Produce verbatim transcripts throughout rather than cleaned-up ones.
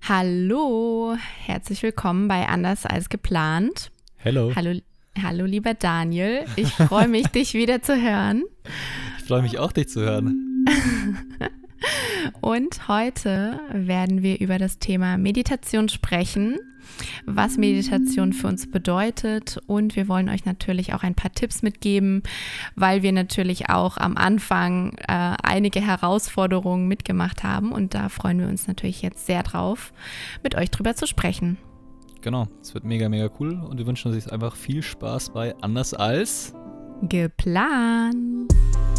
Hallo, herzlich willkommen bei Anders als geplant. Hello. Hallo, hallo lieber Daniel, ich freue mich, dich wieder zu hören. Ich freue mich auch, dich zu hören. Und heute werden wir über das Thema Meditation sprechen, was Meditation für uns bedeutet, und wir wollen euch natürlich auch ein paar Tipps mitgeben, weil wir natürlich auch am Anfang äh, einige Herausforderungen mitgemacht haben, und da freuen wir uns natürlich jetzt sehr drauf, mit euch drüber zu sprechen. Genau, es wird mega, mega cool und wir wünschen uns einfach viel Spaß bei Anders als geplant.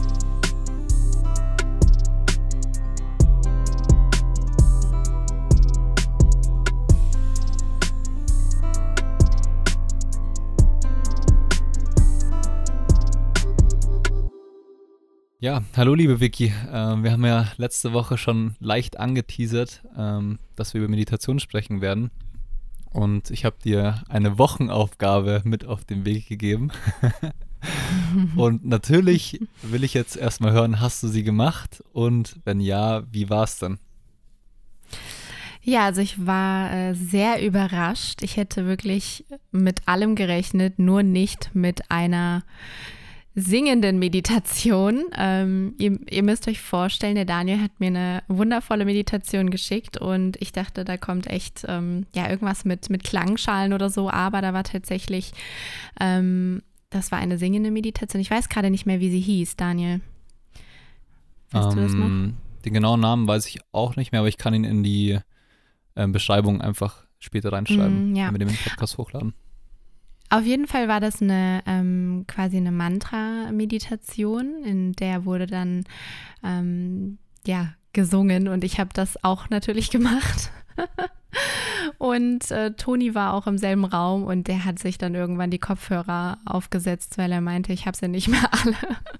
Ja, hallo liebe Vicky. Ähm, wir haben ja letzte Woche schon leicht angeteasert, ähm, dass wir über Meditation sprechen werden. Und ich habe dir eine Wochenaufgabe mit auf den Weg gegeben. Und natürlich will ich jetzt erstmal hören, hast du sie gemacht? Und wenn ja, wie war es denn? Ja, also ich war äh, sehr überrascht. Ich hätte wirklich mit allem gerechnet, nur nicht mit einer singenden Meditation. Ähm, ihr, ihr müsst euch vorstellen, der Daniel hat mir eine wundervolle Meditation geschickt und ich dachte, da kommt echt ähm, ja irgendwas mit, mit Klangschalen oder so, aber da war tatsächlich, ähm, das war eine singende Meditation. Ich weiß gerade nicht mehr, wie sie hieß, Daniel. Weißt ähm, du das noch? Den genauen Namen weiß ich auch nicht mehr, aber ich kann ihn in die äh, Beschreibung einfach später reinschreiben, Mm, ja. wenn wir den Podcast hochladen. Auf jeden Fall war das eine ähm, quasi eine Mantra-Meditation, in der wurde dann ähm, ja gesungen, und ich habe das auch natürlich gemacht. Und äh, Toni war auch im selben Raum und der hat sich dann irgendwann die Kopfhörer aufgesetzt, weil er meinte, ich habe sie nicht mehr alle.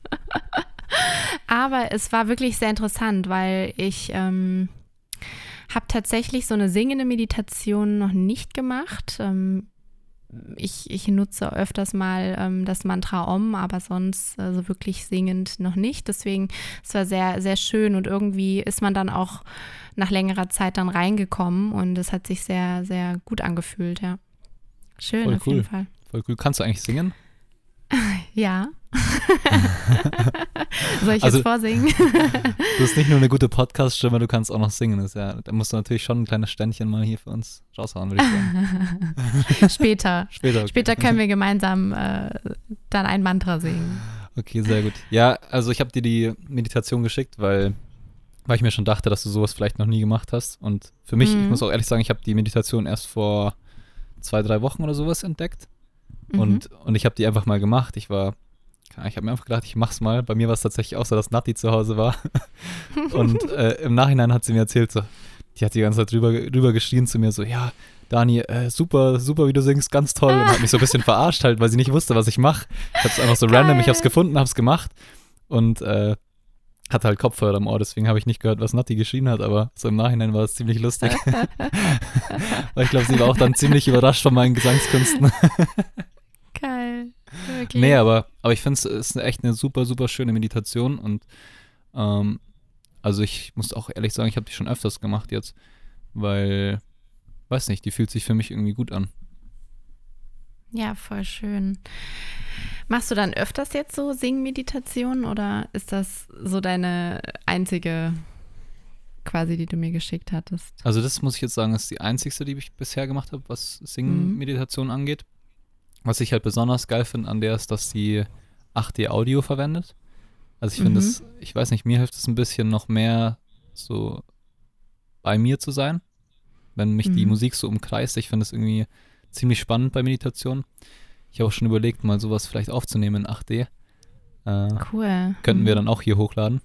Aber es war wirklich sehr interessant, weil ich ähm, habe tatsächlich so eine singende Meditation noch nicht gemacht. Ähm, Ich, ich nutze öfters mal ähm, das Mantra Om, aber sonst also wirklich singend noch nicht. Deswegen, es war sehr, sehr schön und irgendwie ist man dann auch nach längerer Zeit dann reingekommen und es hat sich sehr, sehr gut angefült, ja. Schön, Voll auf cool. jeden Fall. Voll cool. Kannst du eigentlich singen? Ja. Soll ich Also, jetzt vorsingen? Du hast nicht nur eine gute Podcast-Stimme, du kannst auch noch singen. Das ist ja, da musst du natürlich schon ein kleines Ständchen mal hier für uns raushauen, würde ich sagen. Später. Später, okay. Später können wir gemeinsam äh, dann ein Mantra singen. Okay, sehr gut. Ja, also ich habe dir die Meditation geschickt, weil, weil ich mir schon dachte, dass du sowas vielleicht noch nie gemacht hast. Und für mich, mhm. ich muss auch ehrlich sagen, ich habe die Meditation erst vor zwei, drei Wochen oder sowas entdeckt. Mhm. Und, und ich habe die einfach mal gemacht. Ich war Ich habe mir einfach gedacht, ich mach's mal. Bei mir war es tatsächlich auch so, dass Nati zu Hause war. Und äh, im Nachhinein hat sie mir erzählt, so, die hat die ganze Zeit rüber, rüber geschrien zu mir, so, ja, Dani, äh, super, super, wie du singst, ganz toll. Und hat mich so ein bisschen verarscht halt, weil sie nicht wusste, was ich mache. Ich hab's einfach so Geil. random, ich hab's gefunden, hab's gemacht. Und äh, hatte halt Kopfhörer im Ohr, deswegen habe ich nicht gehört, was Nati geschrien hat, aber so im Nachhinein war es ziemlich lustig. Weil ich glaube, sie war auch dann ziemlich überrascht von meinen Gesangskünsten. Geil. Wirklich. Nee, aber, aber ich finde es ist echt eine super, super schöne Meditation und ähm, also ich muss auch ehrlich sagen, ich habe die schon öfters gemacht jetzt, weil, weiß nicht, die fühlt sich für mich irgendwie gut an. Ja, voll schön. Machst du dann öfters jetzt so Singmeditationen oder ist das so deine einzige quasi, die du mir geschickt hattest? Also das muss ich jetzt sagen, ist die einzigste, die ich bisher gemacht habe, was Singmeditation mhm. angeht. Was ich halt besonders geil finde an der ist, dass die acht D Audio verwendet. Also ich finde es, mhm. ich weiß nicht, mir hilft es ein bisschen noch mehr so bei mir zu sein, wenn mich mhm. die Musik so umkreist. Ich finde es irgendwie ziemlich spannend bei Meditation. Ich habe auch schon überlegt, mal sowas vielleicht aufzunehmen in acht D. Äh, cool. Könnten mhm. wir dann auch hier hochladen.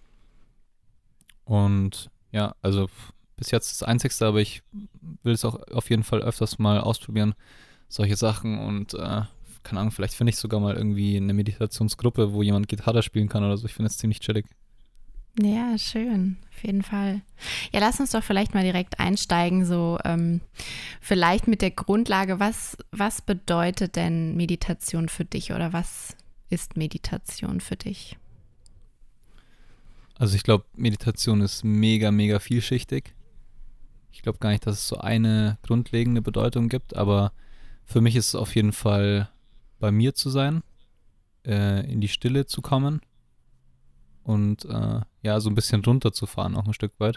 Und ja, also bis jetzt das Einzigste, aber ich will es auch auf jeden Fall öfters mal ausprobieren, solche Sachen und äh, keine Ahnung, vielleicht finde ich sogar mal irgendwie eine Meditationsgruppe, wo jemand Gitarre spielen kann oder so. Ich finde es ziemlich chillig. Ja, schön, auf jeden Fall. Ja, lass uns doch vielleicht mal direkt einsteigen, so ähm, vielleicht mit der Grundlage, was, was bedeutet denn Meditation für dich oder was ist Meditation für dich? Also ich glaube, Meditation ist mega, mega vielschichtig. Ich glaube gar nicht, dass es so eine grundlegende Bedeutung gibt, aber für mich ist es auf jeden Fall, bei mir zu sein, äh, in die Stille zu kommen und äh, ja, so ein bisschen runterzufahren, auch ein Stück weit.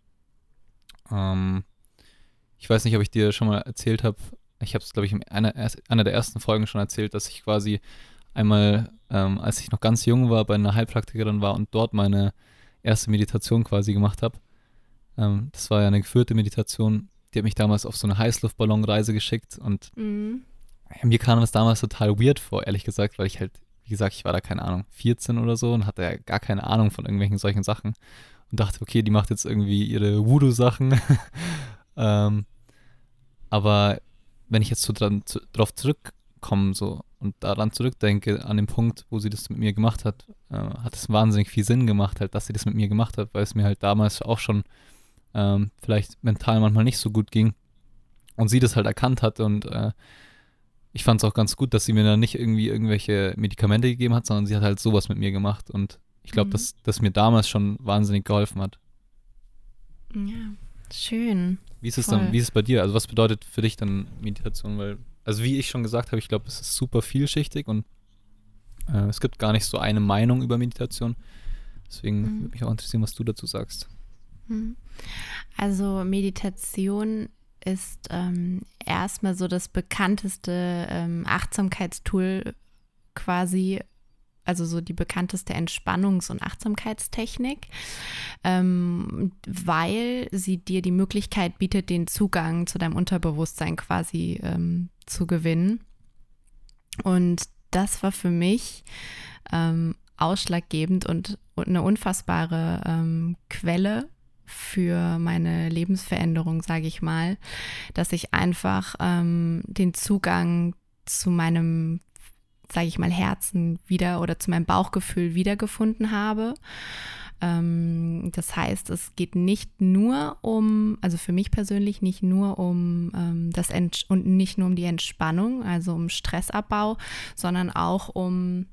Ähm, ich weiß nicht, ob ich dir schon mal erzählt habe, ich habe es, glaube ich, in einer, einer der ersten Folgen schon erzählt, dass ich quasi einmal, ähm, als ich noch ganz jung war, bei einer Heilpraktikerin war und dort meine erste Meditation quasi gemacht habe. Ähm, das war ja eine geführte Meditation, die hat mich damals auf so eine Heißluftballonreise geschickt und Mhm. mir kam das damals total weird vor, ehrlich gesagt, weil ich halt, wie gesagt, ich war da, keine Ahnung, vierzehn oder so und hatte ja gar keine Ahnung von irgendwelchen solchen Sachen und dachte, okay, die macht jetzt irgendwie ihre Voodoo-Sachen. ähm, aber wenn ich jetzt so dran, zu, drauf zurückkomme so und daran zurückdenke, an den Punkt, wo sie das mit mir gemacht hat, äh, hat es wahnsinnig viel Sinn gemacht, halt, dass sie das mit mir gemacht hat, weil es mir halt damals auch schon ähm, vielleicht mental manchmal nicht so gut ging und sie das halt erkannt hat und äh, ich fand es auch ganz gut, dass sie mir dann nicht irgendwie irgendwelche Medikamente gegeben hat, sondern sie hat halt sowas mit mir gemacht und ich glaube, Mhm. dass das mir damals schon wahnsinnig geholfen hat. Ja, schön. Wie ist es Voll. dann, wie ist es bei dir? Also was bedeutet für dich dann Meditation? Weil, also wie ich schon gesagt habe, ich glaube, es ist super vielschichtig und äh, es gibt gar nicht so eine Meinung über Meditation. Deswegen Mhm. würde mich auch interessieren, was du dazu sagst. Mhm. Also Meditation ist ähm, erstmal so das bekannteste ähm, Achtsamkeitstool quasi, also so die bekannteste Entspannungs- und Achtsamkeitstechnik, ähm, weil sie dir die Möglichkeit bietet, den Zugang zu deinem Unterbewusstsein quasi ähm, zu gewinnen. Und das war für mich ähm, ausschlaggebend und, und eine unfassbare ähm, Quelle für meine Lebensveränderung, sage ich mal, dass ich einfach ähm, den Zugang zu meinem, sage ich mal, Herzen wieder oder zu meinem Bauchgefühl wiedergefunden habe. Ähm, das heißt, es geht nicht nur um, also für mich persönlich nicht nur um ähm, das Ent- und nicht nur um die Entspannung, also um Stressabbau, sondern auch um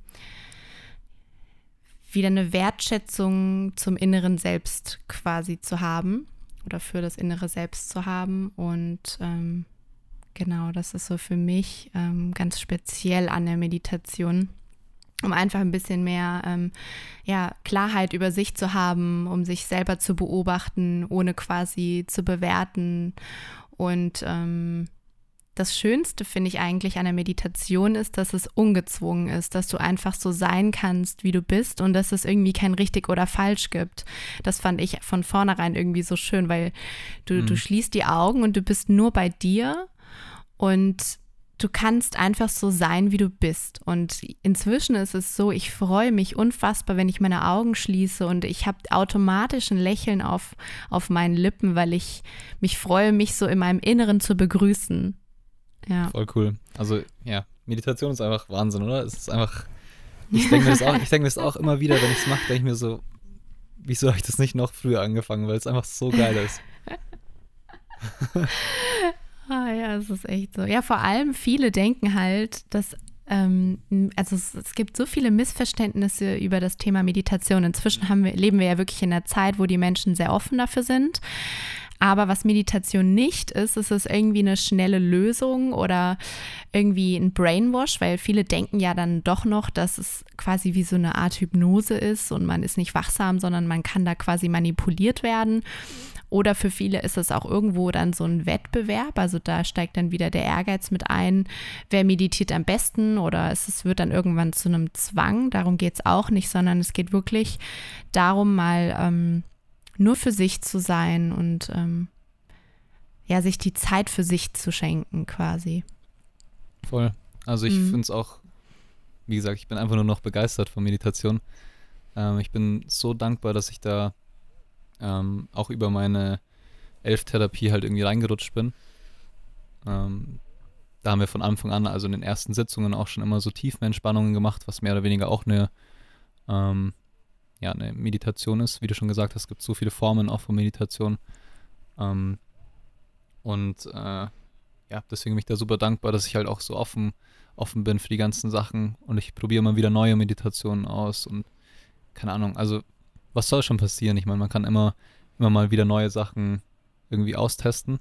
wieder eine Wertschätzung zum inneren Selbst quasi zu haben oder für das innere Selbst zu haben. Und ähm, genau, das ist so für mich ähm, ganz speziell an der Meditation, um einfach ein bisschen mehr ähm, ja, Klarheit über sich zu haben, um sich selber zu beobachten, ohne quasi zu bewerten. Und ähm, das Schönste, finde ich eigentlich an der Meditation ist, dass es ungezwungen ist, dass du einfach so sein kannst, wie du bist und dass es irgendwie kein richtig oder falsch gibt. Das fand ich von vornherein irgendwie so schön, weil du, Mhm. du schließt die Augen und du bist nur bei dir und du kannst einfach so sein, wie du bist. Und inzwischen ist es so, ich freue mich unfassbar, wenn ich meine Augen schließe und ich habe automatisch ein Lächeln auf, auf meinen Lippen, weil ich mich freue, mich so in meinem Inneren zu begrüßen. Ja. Voll cool. Also ja, Meditation ist einfach Wahnsinn, oder? Es ist einfach, ich denke mir das auch, ich denke mir das auch immer wieder, wenn ich es mache, denke ich mir so, wieso habe ich das nicht noch früher angefangen, weil es einfach so geil ist. Ah ja, es ist echt so. Ja, vor allem viele denken halt, dass, ähm, also es, es gibt so viele Missverständnisse über das Thema Meditation. Inzwischen haben wir, leben wir ja wirklich in einer Zeit, wo die Menschen sehr offen dafür sind. Aber was Meditation nicht ist, ist es irgendwie eine schnelle Lösung oder irgendwie ein Brainwash, weil viele denken ja dann doch noch, dass es quasi wie so eine Art Hypnose ist und man ist nicht wachsam, sondern man kann da quasi manipuliert werden. Oder für viele ist es auch irgendwo dann so ein Wettbewerb, also da steigt dann wieder der Ehrgeiz mit ein, wer meditiert am besten oder es, es wird dann irgendwann zu einem Zwang, darum geht es auch nicht, sondern es geht wirklich darum, mal ähm, nur für sich zu sein und ähm, ja, sich die Zeit für sich zu schenken quasi. Voll. Also ich Mhm. finde es auch, wie gesagt, ich bin einfach nur noch begeistert von Meditation. Ähm, ich bin so dankbar, dass ich da ähm, auch über meine Elftherapie halt irgendwie reingerutscht bin. Ähm, da haben wir von Anfang an, also in den ersten Sitzungen auch schon immer so Tiefenentspannungen gemacht, was mehr oder weniger auch eine ähm, ja, eine Meditation ist. Wie du schon gesagt hast, gibt es so viele Formen auch von Meditation. Ähm, und äh, ja, deswegen bin ich da super dankbar, dass ich halt auch so offen, offen bin für die ganzen Sachen und ich probiere immer wieder neue Meditationen aus und keine Ahnung, also was soll schon passieren? Ich meine, man kann immer, immer mal wieder neue Sachen irgendwie austesten.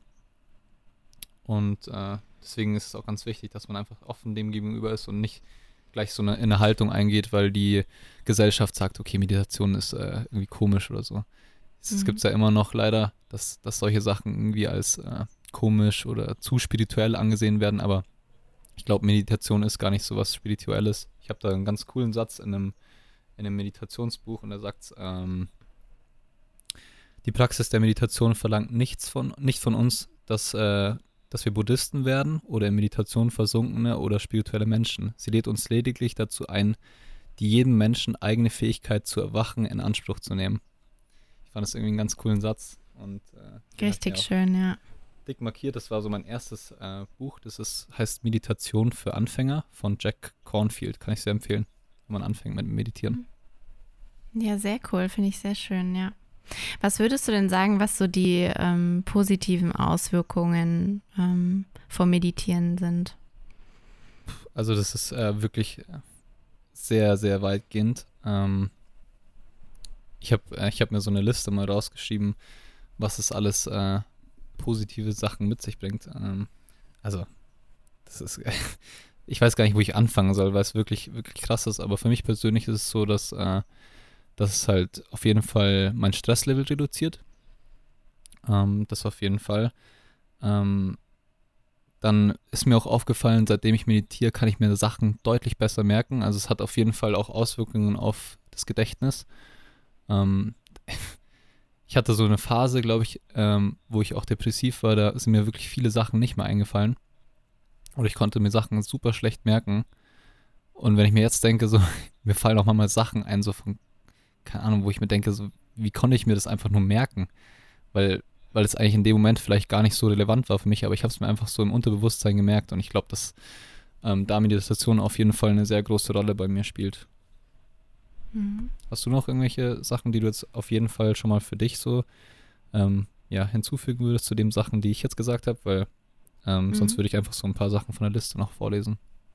Und äh, deswegen ist es auch ganz wichtig, dass man einfach offen dem gegenüber ist und nicht gleich so eine, in eine Haltung eingeht, weil die Gesellschaft sagt, okay, Meditation ist äh, irgendwie komisch oder so. Es Mhm. gibt ja immer noch leider, dass, dass solche Sachen irgendwie als äh, komisch oder zu spirituell angesehen werden, aber ich glaube, Meditation ist gar nicht so was Spirituelles. Ich habe da einen ganz coolen Satz in einem, in einem Meditationsbuch und da sagt ähm, die Praxis der Meditation verlangt nichts von, nicht von uns, dass, äh, dass wir Buddhisten werden oder in Meditation versunkene oder spirituelle Menschen. Sie lädt uns lediglich dazu ein, die jedem Menschen eigene Fähigkeit zu erwachen in Anspruch zu nehmen. Ich fand das irgendwie einen ganz coolen Satz. Und, äh, Richtig schön, ja. Dick markiert, das war so mein erstes äh, Buch. Das ist, heißt Meditation für Anfänger von Jack Cornfield. Kann ich sehr empfehlen, wenn man anfängt mit Meditieren. Ja, sehr cool, finde ich sehr schön, ja. Was würdest du denn sagen, was so die ähm, positiven Auswirkungen ähm, vom Meditieren sind? Also das ist äh, wirklich sehr, sehr weitgehend. Ähm, ich habe äh, ich hab mir so eine Liste mal rausgeschrieben, was es alles äh, positive Sachen mit sich bringt. Ähm, also das ist, ich weiß gar nicht, wo ich anfangen soll, weil es wirklich, wirklich krass ist, aber für mich persönlich ist es so, dass äh, dass es halt auf jeden Fall mein Stresslevel reduziert. Ähm, das auf jeden Fall. Ähm, dann ist mir auch aufgefallen, seitdem ich meditiere, kann ich mir Sachen deutlich besser merken. Also es hat auf jeden Fall auch Auswirkungen auf das Gedächtnis. Ähm, ich hatte so eine Phase, glaube ich, ähm, wo ich auch depressiv war, da sind mir wirklich viele Sachen nicht mehr eingefallen. Oder ich konnte mir Sachen super schlecht merken. Und wenn ich mir jetzt denke, so, mir fallen auch manchmal Sachen ein, so von keine Ahnung, wo ich mir denke, so, wie konnte ich mir das einfach nur merken? Weil, weil es eigentlich in dem Moment vielleicht gar nicht so relevant war für mich, aber ich habe es mir einfach so im Unterbewusstsein gemerkt und ich glaube, dass ähm, da Meditation auf jeden Fall eine sehr große Rolle bei mir spielt. Mhm. Hast du noch irgendwelche Sachen, die du jetzt auf jeden Fall schon mal für dich so ähm, ja, hinzufügen würdest zu den Sachen, die ich jetzt gesagt habe? Weil ähm, Mhm. sonst würde ich einfach so ein paar Sachen von der Liste noch vorlesen.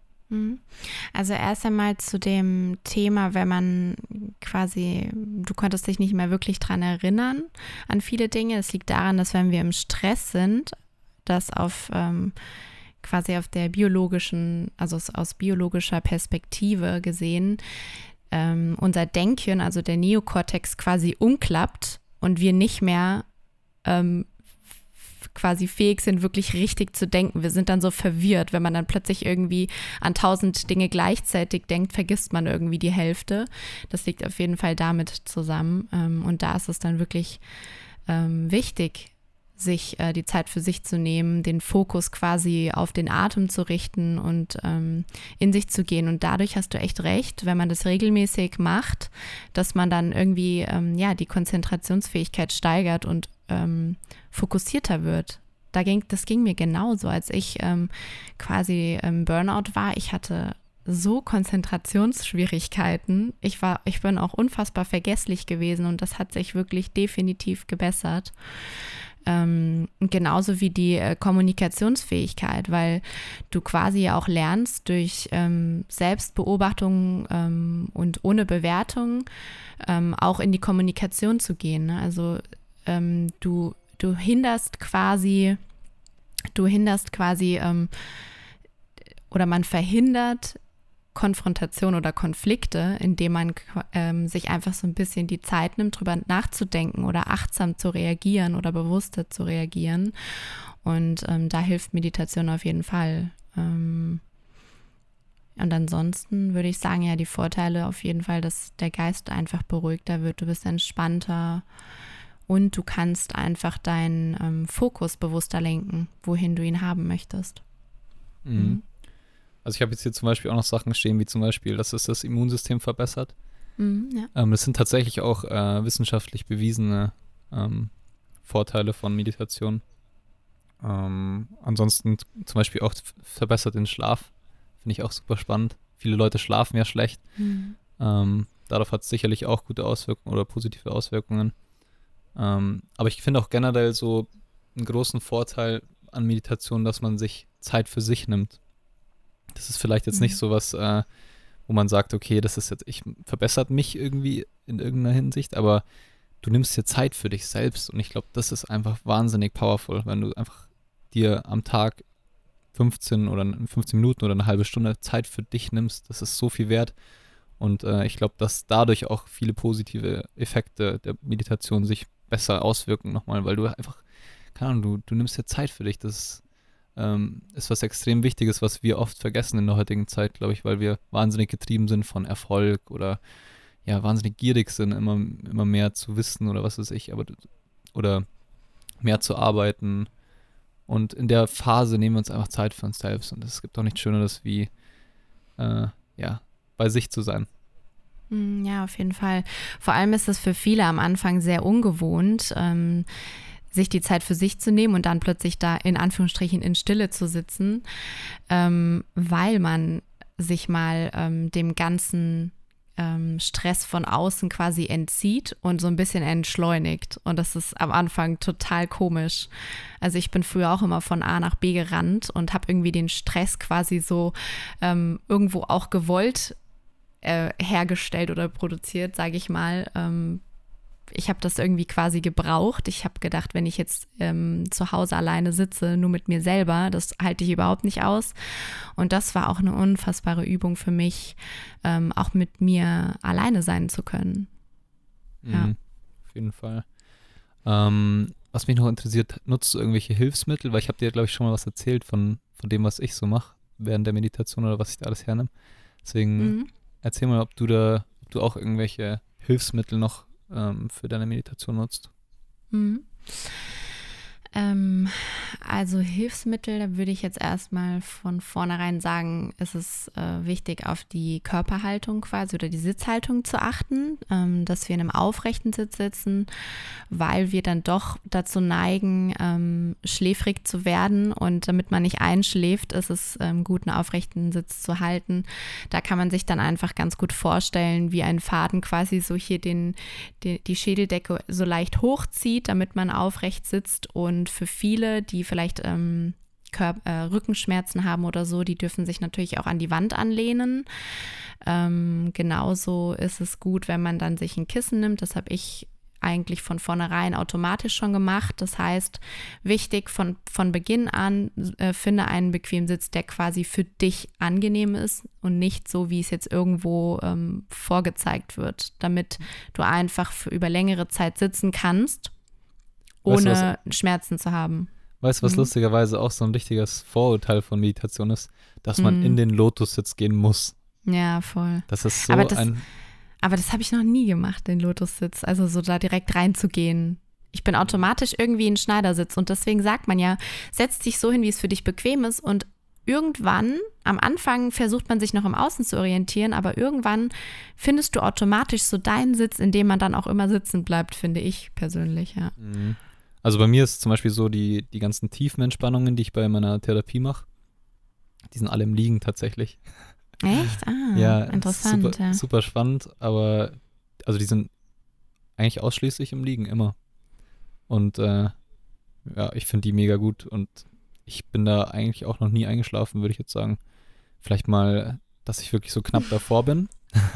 Also erst einmal zu dem Thema, wenn man quasi, du konntest dich nicht mehr wirklich dran erinnern an viele Dinge. Es liegt daran, dass wenn wir im Stress sind, das auf ähm, quasi auf der biologischen, also aus, aus biologischer Perspektive gesehen, ähm, unser Denken, also der Neokortex quasi umklappt und wir nicht mehr ähm, quasi fähig sind, wirklich richtig zu denken. Wir sind dann so verwirrt, wenn man dann plötzlich irgendwie an tausend Dinge gleichzeitig denkt, vergisst man irgendwie die Hälfte. Das liegt auf jeden Fall damit zusammen. Und da ist es dann wirklich ähm, wichtig, sich äh, die Zeit für sich zu nehmen, den Fokus quasi auf den Atem zu richten und ähm, in sich zu gehen. Und dadurch hast du echt recht, wenn man das regelmäßig macht, dass man dann irgendwie ähm, ja die Konzentrationsfähigkeit steigert und ähm, fokussierter wird. Da ging, das ging mir genauso, als ich ähm, quasi im Burnout war. Ich hatte so Konzentrationsschwierigkeiten. Ich war, ich bin auch unfassbar vergesslich gewesen und das hat sich wirklich definitiv gebessert. Ähm, genauso wie die äh, Kommunikationsfähigkeit, weil du quasi auch lernst, durch ähm, Selbstbeobachtung ähm, und ohne Bewertung ähm, auch in die Kommunikation zu gehen. Ne? Also ähm, du, du hinderst quasi, du hinderst quasi ähm, oder man verhindert Konfrontation oder Konflikte, indem man ähm, sich einfach so ein bisschen die Zeit nimmt, drüber nachzudenken oder achtsam zu reagieren oder bewusster zu reagieren. Und ähm, da hilft Meditation auf jeden Fall. Ähm, und ansonsten würde ich sagen, ja, die Vorteile auf jeden Fall, dass der Geist einfach beruhigter wird, du bist entspannter und du kannst einfach deinen ähm, Fokus bewusster lenken, wohin du ihn haben möchtest. Mhm. Mhm. Also ich habe jetzt hier zum Beispiel auch noch Sachen stehen, wie zum Beispiel, dass es das Immunsystem verbessert. Mhm, ja. Ähm, das sind tatsächlich auch äh, wissenschaftlich bewiesene ähm, Vorteile von Meditation. Ähm, ansonsten zum Beispiel auch verbessert den Schlaf. Finde ich auch super spannend. Viele Leute schlafen ja schlecht. Mhm. Ähm, darauf hat es sicherlich auch gute Auswirkungen oder positive Auswirkungen. Ähm, aber ich finde auch generell so einen großen Vorteil an Meditation, dass man sich Zeit für sich nimmt. Das ist vielleicht jetzt mhm. nicht so was, äh, wo man sagt, okay, das ist jetzt, ich verbessert mich irgendwie in irgendeiner Hinsicht, aber du nimmst dir Zeit für dich selbst und ich glaube, das ist einfach wahnsinnig powerful, wenn du einfach dir am Tag fünfzehn oder fünfzehn Minuten oder eine halbe Stunde Zeit für dich nimmst. Das ist so viel wert und äh, ich glaube, dass dadurch auch viele positive Effekte der Meditation sich besser auswirken nochmal, weil du einfach, keine Ahnung, du, du nimmst dir Zeit für dich. Das ähm, ist was extrem Wichtiges, was wir oft vergessen in der heutigen Zeit, glaube ich, weil wir wahnsinnig getrieben sind von Erfolg oder ja, wahnsinnig gierig sind, immer, immer mehr zu wissen oder was weiß ich, aber oder mehr zu arbeiten. Und in der Phase nehmen wir uns einfach Zeit für uns selbst und es gibt auch nichts Schöneres wie äh, ja, bei sich zu sein. Ja, auf jeden Fall. Vor allem ist es für viele am Anfang sehr ungewohnt, ähm, sich die Zeit für sich zu nehmen und dann plötzlich da in Anführungsstrichen in Stille zu sitzen, ähm, weil man sich mal ähm, dem ganzen ähm, Stress von außen quasi entzieht und so ein bisschen entschleunigt. Und das ist am Anfang total komisch. Also ich bin früher auch immer von A nach B gerannt und habe irgendwie den Stress quasi so ähm, irgendwo auch gewollt äh, hergestellt oder produziert, sage ich mal. Ähm, ich habe das irgendwie quasi gebraucht. Ich habe gedacht, wenn ich jetzt ähm, zu Hause alleine sitze, nur mit mir selber, das halte ich überhaupt nicht aus. Und das war auch eine unfassbare Übung für mich, ähm, auch mit mir alleine sein zu können. Mhm, ja. Auf jeden Fall. Ähm, was mich noch interessiert, nutzt du irgendwelche Hilfsmittel? Weil ich habe dir, glaube ich, schon mal was erzählt von, von dem, was ich so mache während der Meditation oder was ich da alles hernehme. Deswegen Mhm. erzähl mal, ob du da, ob du auch irgendwelche Hilfsmittel noch ähm, für deine Meditation nutzt. Mhm. Ähm, also Hilfsmittel, da würde ich jetzt erstmal von vornherein sagen, es ist äh, wichtig, auf die Körperhaltung quasi oder die Sitzhaltung zu achten, ähm, dass wir in einem aufrechten Sitz sitzen, weil wir dann doch dazu neigen, ähm, schläfrig zu werden, und damit man nicht einschläft, ist es ähm, gut, einen aufrechten Sitz zu halten. Da kann man sich dann einfach ganz gut vorstellen, wie ein Faden quasi so hier den, die, die Schädeldecke so leicht hochzieht, damit man aufrecht sitzt. Und für viele, die vielleicht ähm, Kör- äh, Rückenschmerzen haben oder so, die dürfen sich natürlich auch an die Wand anlehnen. Ähm, genauso ist es gut, wenn man dann sich ein Kissen nimmt. Das habe ich eigentlich von vornherein automatisch schon gemacht. Das heißt, wichtig von, von Beginn an, äh, finde einen bequemen Sitz, der quasi für dich angenehm ist und nicht so, wie es jetzt irgendwo ähm, vorgezeigt wird, damit du einfach für über längere Zeit sitzen kannst, ohne Weißt du, Schmerzen zu haben. Weißt du, was Mhm. lustigerweise auch so ein richtiges Vorurteil von Meditation ist? Dass man Mhm. in den Lotussitz gehen muss. Ja, voll. Das ist so Aber das- ein... Aber das habe ich noch nie gemacht, den Lotussitz, also so da direkt reinzugehen. Ich bin automatisch irgendwie in Schneidersitz, und deswegen sagt man ja, setz dich so hin, wie es für dich bequem ist, und irgendwann, am Anfang versucht man sich noch im Außen zu orientieren, aber irgendwann findest du automatisch so deinen Sitz, in dem man dann auch immer sitzen bleibt, finde ich persönlich, ja. Mhm. Also bei mir ist zum Beispiel so, die, die ganzen Tiefenentspannungen, die ich bei meiner Therapie mache, die sind alle im Liegen tatsächlich. Echt? Ah, Ja, interessant, super, ja. super spannend, aber also die sind eigentlich ausschließlich im Liegen, immer. Und äh, ja, ich finde die mega gut und ich bin da eigentlich auch noch nie eingeschlafen, würde ich jetzt sagen. Vielleicht mal, dass ich wirklich so knapp davor bin.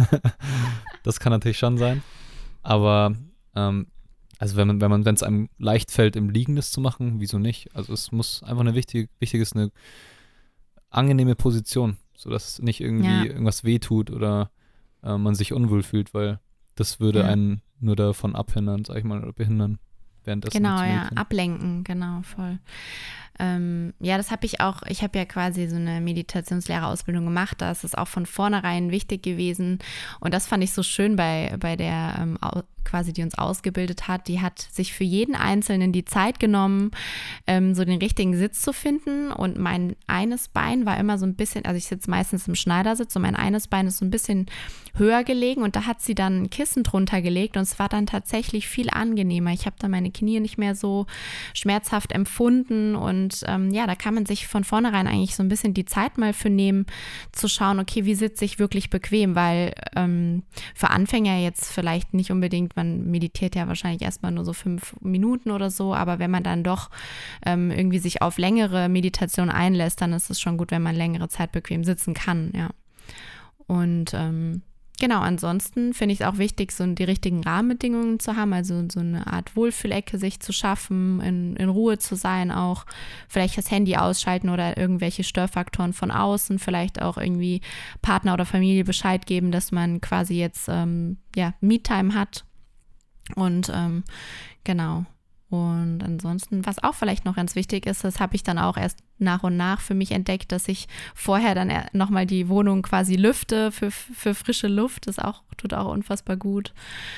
Das kann natürlich schon sein. Aber ähm, also wenn man, wenn man, wenn es einem leicht fällt, im Liegen das zu machen, wieso nicht? Also es muss einfach eine wichtige, wichtig ist, eine angenehme Position, sodass nicht irgendwie Ja. irgendwas wehtut oder äh, man sich unwohl fühlt, weil das würde Ja. einen nur davon abhindern, sag ich mal, oder behindern, währenddessen Genau, zu ja, meditieren. ablenken, genau, voll. Ähm, ja, das habe ich auch, ich habe ja quasi so eine Meditationslehrerausbildung gemacht, da ist es auch von vornherein wichtig gewesen, und das fand ich so schön bei, bei der ähm, au- quasi, die uns ausgebildet hat, die hat sich für jeden Einzelnen die Zeit genommen, ähm, so den richtigen Sitz zu finden, und mein eines Bein war immer so ein bisschen, also ich sitze meistens im Schneidersitz und mein eines Bein ist so ein bisschen höher gelegen, und da hat sie dann ein Kissen drunter gelegt und es war dann tatsächlich viel angenehmer. Ich habe dann meine Knie nicht mehr so schmerzhaft empfunden, und ähm, ja, da kann man sich von vornherein eigentlich so ein bisschen die Zeit mal für nehmen, zu schauen, okay, wie sitze ich wirklich bequem, weil ähm, für Anfänger jetzt vielleicht nicht unbedingt, man meditiert ja wahrscheinlich erstmal nur so fünf Minuten oder so, aber wenn man dann doch ähm, irgendwie sich auf längere Meditation einlässt, dann ist es schon gut, wenn man längere Zeit bequem sitzen kann, ja. Und ähm, Genau, ansonsten finde ich es auch wichtig, so die richtigen Rahmenbedingungen zu haben, also so eine Art Wohlfühlecke sich zu schaffen, in, in Ruhe zu sein auch, vielleicht das Handy ausschalten oder irgendwelche Störfaktoren von außen, vielleicht auch irgendwie Partner oder Familie Bescheid geben, dass man quasi jetzt ähm, ja, Me-Time hat und ähm, genau. Und ansonsten, was auch vielleicht noch ganz wichtig ist, das habe ich dann auch erst nach und nach für mich entdeckt, dass ich vorher dann nochmal die Wohnung quasi lüfte für, für frische Luft. Das auch, tut auch unfassbar gut.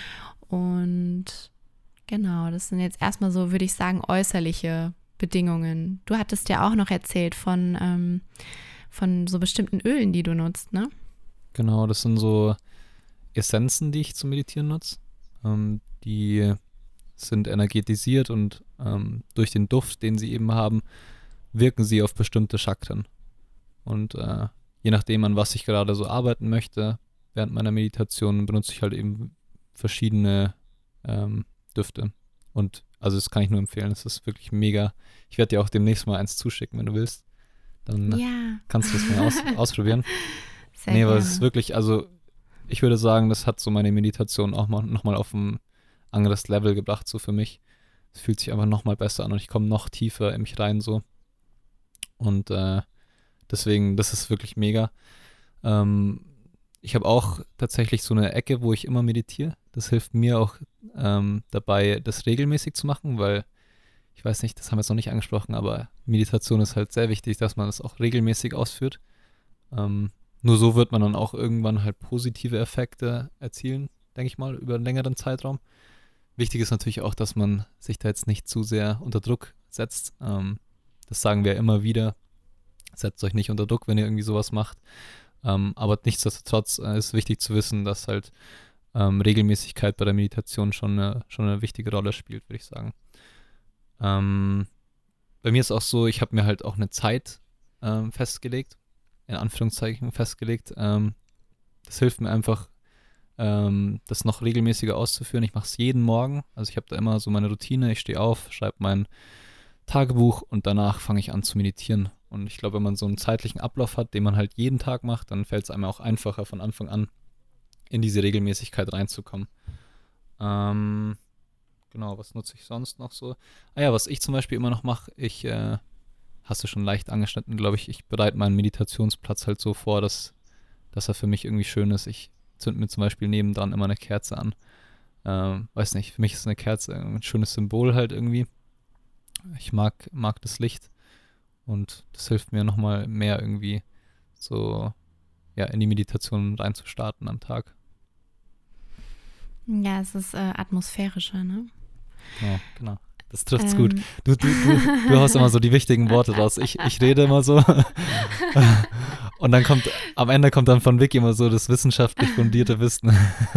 Und genau, das sind jetzt erstmal so, würde ich sagen, äußerliche Bedingungen. Du hattest ja auch noch erzählt von, ähm, von so bestimmten Ölen, die du nutzt, ne? Genau, das sind so Essenzen, die ich zum Meditieren nutze. Ähm, die sind energetisiert und ähm, durch den Duft, den sie eben haben, wirken sie auf bestimmte Chakren. Und äh, je nachdem, an was ich gerade so arbeiten möchte, während meiner Meditation benutze ich halt eben verschiedene ähm, Düfte. Und also das kann ich nur empfehlen, es ist wirklich mega. Ich werde dir auch demnächst mal eins zuschicken, wenn du willst. Dann ja. kannst du es mal aus, ausprobieren. Sehr nee, aber gerne. es ist wirklich, also ich würde sagen, das hat so meine Meditation auch mal, nochmal auf ein anderes Level gebracht, so für mich. Es fühlt sich einfach nochmal besser an und ich komme noch tiefer in mich rein, so. Und äh, deswegen, das ist wirklich mega. Ähm, ich habe auch tatsächlich so eine Ecke, wo ich immer meditiere. Das hilft mir auch ähm, dabei, das regelmäßig zu machen, weil, ich weiß nicht, das haben wir jetzt noch nicht angesprochen, aber Meditation ist halt sehr wichtig, dass man das auch regelmäßig ausführt. Ähm, nur so wird man dann auch irgendwann halt positive Effekte erzielen, denke ich mal, über einen längeren Zeitraum. Wichtig ist natürlich auch, dass man sich da jetzt nicht zu sehr unter Druck setzt. Ähm, das sagen wir immer wieder. Setzt euch nicht unter Druck, wenn ihr irgendwie sowas macht. Ähm, aber nichtsdestotrotz äh, ist wichtig zu wissen, dass halt ähm, Regelmäßigkeit bei der Meditation schon eine, schon eine wichtige Rolle spielt, würde ich sagen. Ähm, bei mir ist auch so, ich habe mir halt auch eine Zeit ähm, festgelegt, in Anführungszeichen festgelegt. Ähm, das hilft mir einfach, das noch regelmäßiger auszuführen. Ich mache es jeden Morgen. Also ich habe da immer so meine Routine. Ich stehe auf, schreibe mein Tagebuch und danach fange ich an zu meditieren. Und ich glaube, wenn man so einen zeitlichen Ablauf hat, den man halt jeden Tag macht, dann fällt es einem auch einfacher von Anfang an in diese Regelmäßigkeit reinzukommen. Ähm, genau, was nutze ich sonst noch so? Ah ja, was ich zum Beispiel immer noch mache, ich, äh, hast du schon leicht angeschnitten, glaube ich, ich bereite meinen Meditationsplatz halt so vor, dass, dass er für mich irgendwie schön ist. Ich zünd mir zum Beispiel nebendran immer eine Kerze an. Ähm, weiß nicht, für mich ist eine Kerze ein schönes Symbol halt irgendwie. Ich mag, mag das Licht und das hilft mir nochmal mehr irgendwie so ja, in die Meditation reinzustarten am Tag. Ja, es ist äh, atmosphärischer, ne? Genau, genau. Das trifft's ähm. gut. Du, du, du, du hast immer so die wichtigen Worte raus. Ich, ich rede immer so. Und dann kommt, am Ende kommt dann von Vicky immer so das wissenschaftlich fundierte Wissen.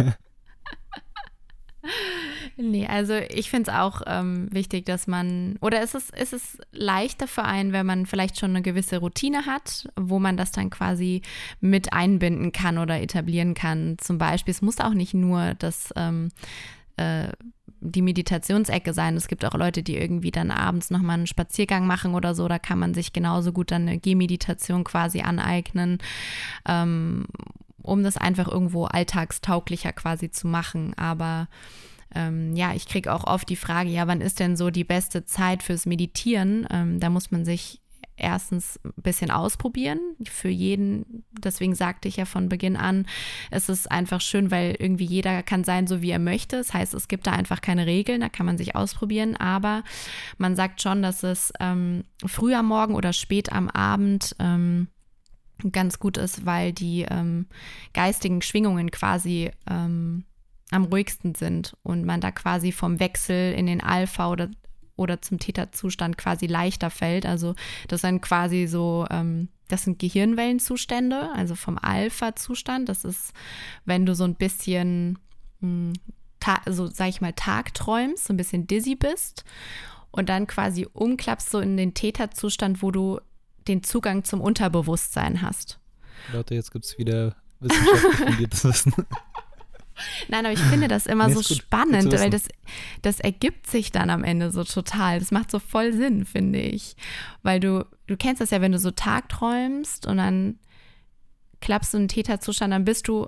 Nee, also ich finde es auch ähm, wichtig, dass man, oder ist es, ist es leichter für einen, wenn man vielleicht schon eine gewisse Routine hat, wo man das dann quasi mit einbinden kann oder etablieren kann. Zum Beispiel, es muss auch nicht nur das ähm, äh, die Meditationsecke sein. Es gibt auch Leute, die irgendwie dann abends nochmal einen Spaziergang machen oder so. Da kann man sich genauso gut dann eine Gehmeditation quasi aneignen, ähm, um das einfach irgendwo alltagstauglicher quasi zu machen. Aber ähm, ja, ich kriege auch oft die Frage, ja, wann ist denn so die beste Zeit fürs Meditieren? Ähm, da muss man sich erstens ein bisschen ausprobieren für jeden. Deswegen sagte ich ja von Beginn an, es ist einfach schön, weil irgendwie jeder kann sein, so wie er möchte. Das heißt, es gibt da einfach keine Regeln, da kann man sich ausprobieren. Aber man sagt schon, dass es ähm, früh am Morgen oder spät am Abend ähm, ganz gut ist, weil die ähm, geistigen Schwingungen quasi ähm, am ruhigsten sind und man da quasi vom Wechsel in den Alpha oder oder zum Theta-Zustand quasi leichter fällt. Also das sind quasi so, ähm, das sind Gehirnwellenzustände, also vom Alpha-Zustand. Das ist, wenn du so ein bisschen, mh, ta- so sag ich mal, tagträumst, so ein bisschen dizzy bist und dann quasi umklappst so in den Theta-Zustand, wo du den Zugang zum Unterbewusstsein hast. Leute, jetzt gibt es wieder wissenschaftlich fundiertes Wissen. Nein, aber ich finde das immer nee, so gut, spannend, weil das, das ergibt sich dann am Ende so total. Das macht so voll Sinn, finde ich. Weil du, du kennst das ja, wenn du so tagträumst und dann klappst du einen Theta-Zustand, dann bist du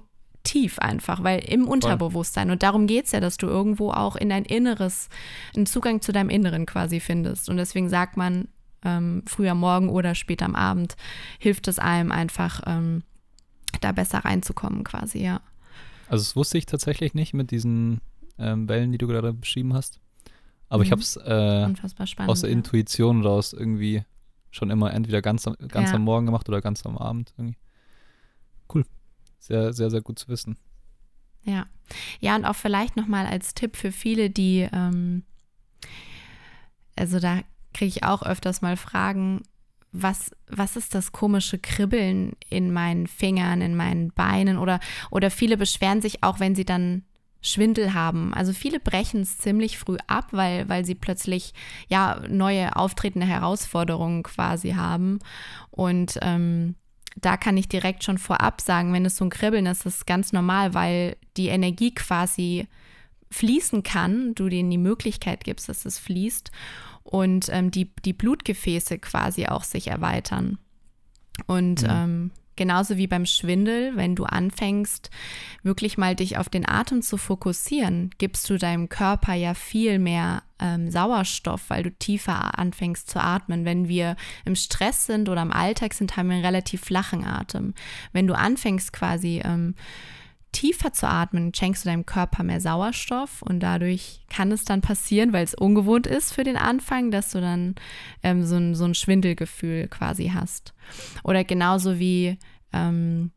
tief einfach, weil im Unterbewusstsein. Und darum geht es ja, dass du irgendwo auch in dein Inneres, einen Zugang zu deinem Inneren quasi findest. Und deswegen sagt man, ähm, früh am Morgen oder spät am Abend hilft es einem einfach, ähm, da besser reinzukommen quasi, ja. Also das wusste ich tatsächlich nicht mit diesen ähm, Wellen, die du gerade beschrieben hast. Aber mhm. ich habe es äh, aus der ja. Intuition raus irgendwie schon immer entweder ganz, ganz ja. am Morgen gemacht oder ganz am Abend irgendwie. Cool. Sehr, sehr, sehr gut zu wissen. Ja. Ja, und auch vielleicht nochmal als Tipp für viele, die, ähm, also da kriege ich auch öfters mal Fragen, was, was ist das komische Kribbeln in meinen Fingern, in meinen Beinen oder, oder viele beschweren sich auch, wenn sie dann Schwindel haben. Also viele brechen es ziemlich früh ab, weil, weil sie plötzlich ja neue auftretende Herausforderungen quasi haben. Und ähm, da kann ich direkt schon vorab sagen, wenn es so ein Kribbeln ist, ist es ganz normal, weil die Energie quasi fließen kann, du denen die Möglichkeit gibst, dass es fließt und ähm, die, die Blutgefäße quasi auch sich erweitern. Und mhm. ähm, genauso wie beim Schwindel, wenn du anfängst, wirklich mal dich auf den Atem zu fokussieren, gibst du deinem Körper ja viel mehr ähm, Sauerstoff, weil du tiefer anfängst zu atmen. Wenn wir im Stress sind oder im Alltag sind, haben wir einen relativ flachen Atem. Wenn du anfängst quasi ähm, tiefer zu atmen, schenkst du deinem Körper mehr Sauerstoff und dadurch kann es dann passieren, weil es ungewohnt ist für den Anfang, dass du dann ähm, so, ein, so ein Schwindelgefühl quasi hast. Oder genauso wie, ähm,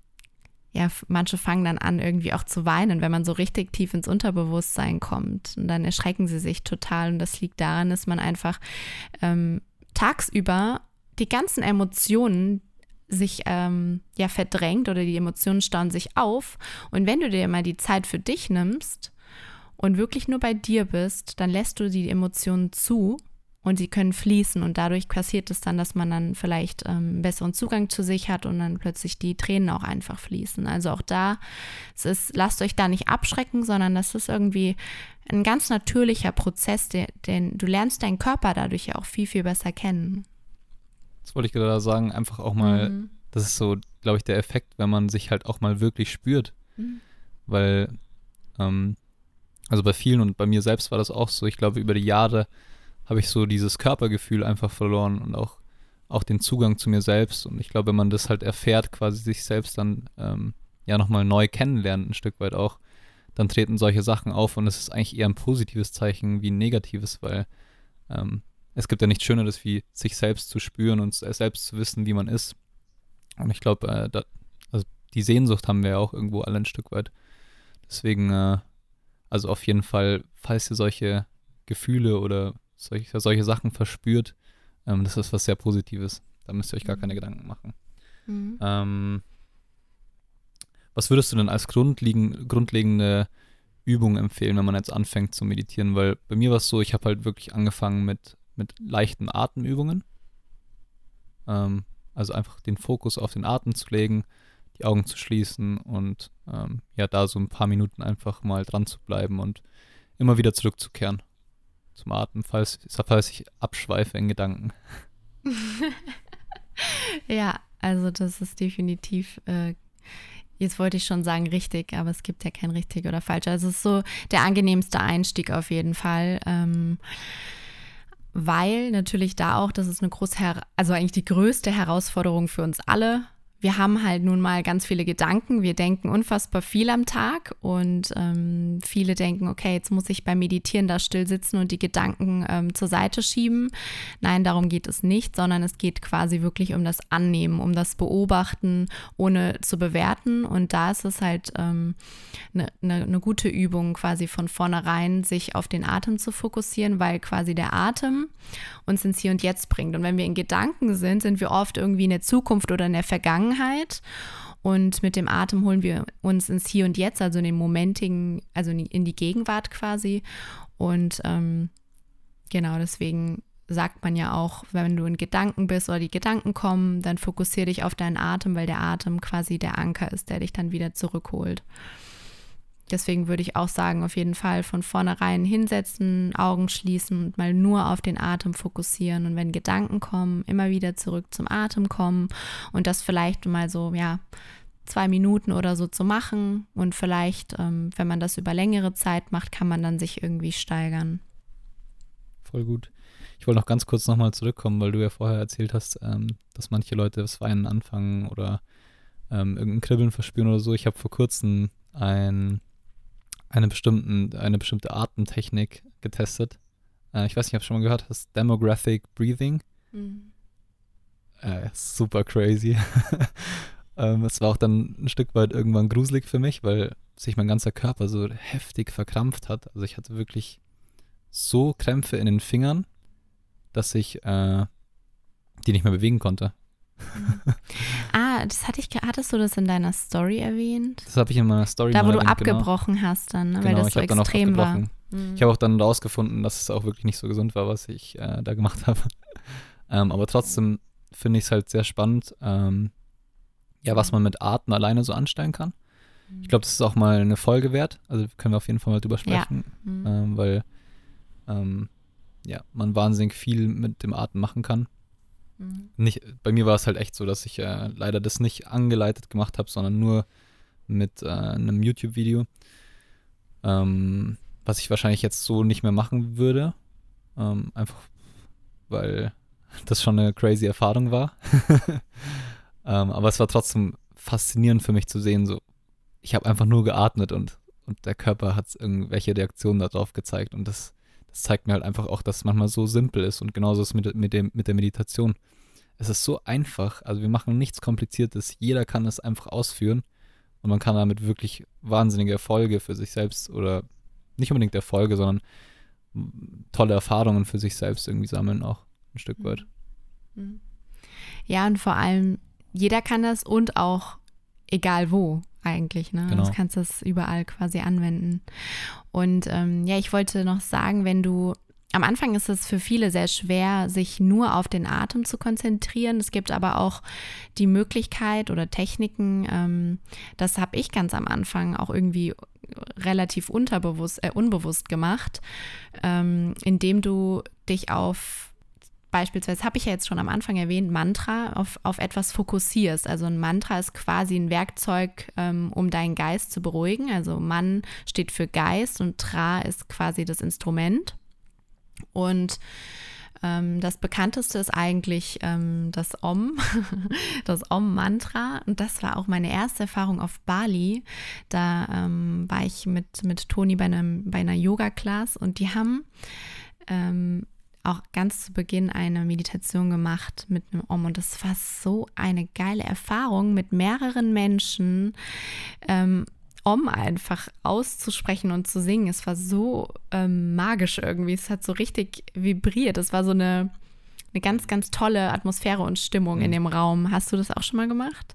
ja, manche fangen dann an irgendwie auch zu weinen, wenn man so richtig tief ins Unterbewusstsein kommt und dann erschrecken sie sich total und das liegt daran, dass man einfach ähm, tagsüber die ganzen Emotionen sich ähm, ja verdrängt oder die Emotionen stauen sich auf und wenn du dir mal die Zeit für dich nimmst und wirklich nur bei dir bist, dann lässt du die Emotionen zu und sie können fließen und dadurch passiert es dann, dass man dann vielleicht ähm, einen besseren Zugang zu sich hat und dann plötzlich die Tränen auch einfach fließen. Also auch da, es ist, lasst euch da nicht abschrecken, sondern das ist irgendwie ein ganz natürlicher Prozess, den, den du lernst deinen Körper dadurch ja auch viel, viel besser kennen. Das wollte ich gerade sagen, einfach auch mal, mhm. das ist so, glaube ich, der Effekt, wenn man sich halt auch mal wirklich spürt. Mhm. Weil, ähm, also bei vielen und bei mir selbst war das auch so, ich glaube, über die Jahre habe ich so dieses Körpergefühl einfach verloren und auch, auch den Zugang zu mir selbst. Und ich glaube, wenn man das halt erfährt, quasi sich selbst dann ähm, ja nochmal neu kennenlernt, ein Stück weit auch, dann treten solche Sachen auf und es ist eigentlich eher ein positives Zeichen wie ein negatives, weil ähm, es gibt ja nichts Schöneres, wie sich selbst zu spüren und selbst zu wissen, wie man ist. Und ich glaube, äh, da, also die Sehnsucht haben wir ja auch irgendwo alle ein Stück weit. Deswegen, äh, also auf jeden Fall, falls ihr solche Gefühle oder solche, solche Sachen verspürt, ähm, das ist was sehr Positives. Da müsst ihr euch gar keine Gedanken machen. Mhm. Ähm, was würdest du denn als grundlegend, grundlegende Übung empfehlen, wenn man jetzt anfängt zu meditieren? Weil bei mir war es so, ich habe halt wirklich angefangen mit mit leichten Atemübungen. Ähm, also einfach den Fokus auf den Atem zu legen, die Augen zu schließen und ähm, ja, da so ein paar Minuten einfach mal dran zu bleiben und immer wieder zurückzukehren zum Atem, falls, falls ich abschweife in Gedanken. Ja, also das ist definitiv, äh, jetzt wollte ich schon sagen richtig, aber es gibt ja kein richtig oder falsch. Also es ist so der angenehmste Einstieg auf jeden Fall. Ähm, Weil natürlich da auch, das ist eine große, also eigentlich die größte Herausforderung für uns alle. Wir haben halt nun mal ganz viele Gedanken. Wir denken unfassbar viel am Tag und ähm, viele denken, okay, jetzt muss ich beim Meditieren da still sitzen und die Gedanken ähm, zur Seite schieben. Nein, darum geht es nicht, sondern es geht quasi wirklich um das Annehmen, um das Beobachten, ohne zu bewerten. Und da ist es halt ähm, eine, eine, eine gute Übung, quasi von vornherein sich auf den Atem zu fokussieren, weil quasi der Atem uns ins Hier und Jetzt bringt. Und wenn wir in Gedanken sind, sind wir oft irgendwie in der Zukunft oder in der Vergangenheit. Und mit dem Atem holen wir uns ins Hier und Jetzt, also in den momentigen, also in die Gegenwart quasi. Und ähm, genau deswegen sagt man ja auch, wenn du in Gedanken bist oder die Gedanken kommen, dann fokussiere dich auf deinen Atem, weil der Atem quasi der Anker ist, der dich dann wieder zurückholt. Deswegen würde ich auch sagen, auf jeden Fall von vornherein hinsetzen, Augen schließen und mal nur auf den Atem fokussieren. Und wenn Gedanken kommen, immer wieder zurück zum Atem kommen und das vielleicht mal so, ja, zwei Minuten oder so zu machen und vielleicht, ähm, wenn man das über längere Zeit macht, kann man dann sich irgendwie steigern. Voll gut. Ich wollte noch ganz kurz nochmal zurückkommen, weil du ja vorher erzählt hast, ähm, dass manche Leute das Weinen anfangen oder ähm, irgendein Kribbeln verspüren oder so. Ich habe vor kurzem ein, eine, bestimmten, eine bestimmte Atemtechnik getestet. Äh, ich weiß nicht, ob du schon mal gehört hast, Demographic Breathing. Mhm. Äh, super crazy. ähm, es war auch dann ein Stück weit irgendwann gruselig für mich, weil sich mein ganzer Körper so heftig verkrampft hat. Also ich hatte wirklich so Krämpfe in den Fingern, dass ich äh, die nicht mehr bewegen konnte. Ah, das hatte ich, hattest du das in deiner Story erwähnt? Das habe ich in meiner Story Da, wo mal du erwähnt, abgebrochen genau. hast dann, ne? Genau, Weil das ich so hab dann auch extrem war. Mhm. Ich habe auch dann rausgefunden, dass es auch wirklich nicht so gesund war, was ich äh, da gemacht habe. ähm, aber trotzdem finde ich es halt sehr spannend, ähm, ja, was man mit Atmen alleine so anstellen kann. Ich glaube, das ist auch mal eine Folge wert. Also können wir auf jeden Fall mal drüber sprechen, ja. mhm. ähm, weil ähm, ja, man wahnsinnig viel mit dem Atmen machen kann. Mhm. Nicht, bei mir war es halt echt so, dass ich äh, leider das nicht angeleitet gemacht habe, sondern nur mit äh, einem YouTube-Video, ähm, was ich wahrscheinlich jetzt so nicht mehr machen würde. Ähm, einfach, weil das schon eine crazy Erfahrung war. ähm, aber es war trotzdem faszinierend für mich zu sehen, so, ich habe einfach nur geatmet und, und der Körper hat irgendwelche Reaktionen darauf gezeigt und das Das zeigt mir halt einfach auch, dass es manchmal so simpel ist und genauso ist es mit, mit, dem, mit der Meditation. Es ist so einfach, also wir machen nichts Kompliziertes, jeder kann es einfach ausführen und man kann damit wirklich wahnsinnige Erfolge für sich selbst oder nicht unbedingt Erfolge, sondern tolle Erfahrungen für sich selbst irgendwie sammeln auch ein Stück weit. Ja, und vor allem, jeder kann das und auch egal wo. Eigentlich, ne? Genau. Du kannst das überall quasi anwenden. Und ähm, ja, ich wollte noch sagen, wenn du, am Anfang ist es für viele sehr schwer, sich nur auf den Atem zu konzentrieren. Es gibt aber auch die Möglichkeit oder Techniken, ähm, das habe ich ganz am Anfang auch irgendwie relativ unterbewusst, äh, unbewusst gemacht, ähm, indem du dich auf beispielsweise, habe ich ja jetzt schon am Anfang erwähnt, Mantra, auf, auf etwas fokussierst. Also ein Mantra ist quasi ein Werkzeug, ähm, um deinen Geist zu beruhigen. Also Man steht für Geist und Tra ist quasi das Instrument. Und ähm, das bekannteste ist eigentlich ähm, das Om, das Om-Mantra. Und das war auch meine erste Erfahrung auf Bali. Da ähm, war ich mit, mit Toni bei, einem, bei einer Yoga-Class und die haben ähm, auch ganz zu Beginn eine Meditation gemacht mit einem Om und das war so eine geile Erfahrung, mit mehreren Menschen ähm, Om einfach auszusprechen und zu singen. Es war so ähm, magisch irgendwie, es hat so richtig vibriert, es war so eine, eine ganz, ganz tolle Atmosphäre und Stimmung mhm. in dem Raum. Hast du das auch schon mal gemacht?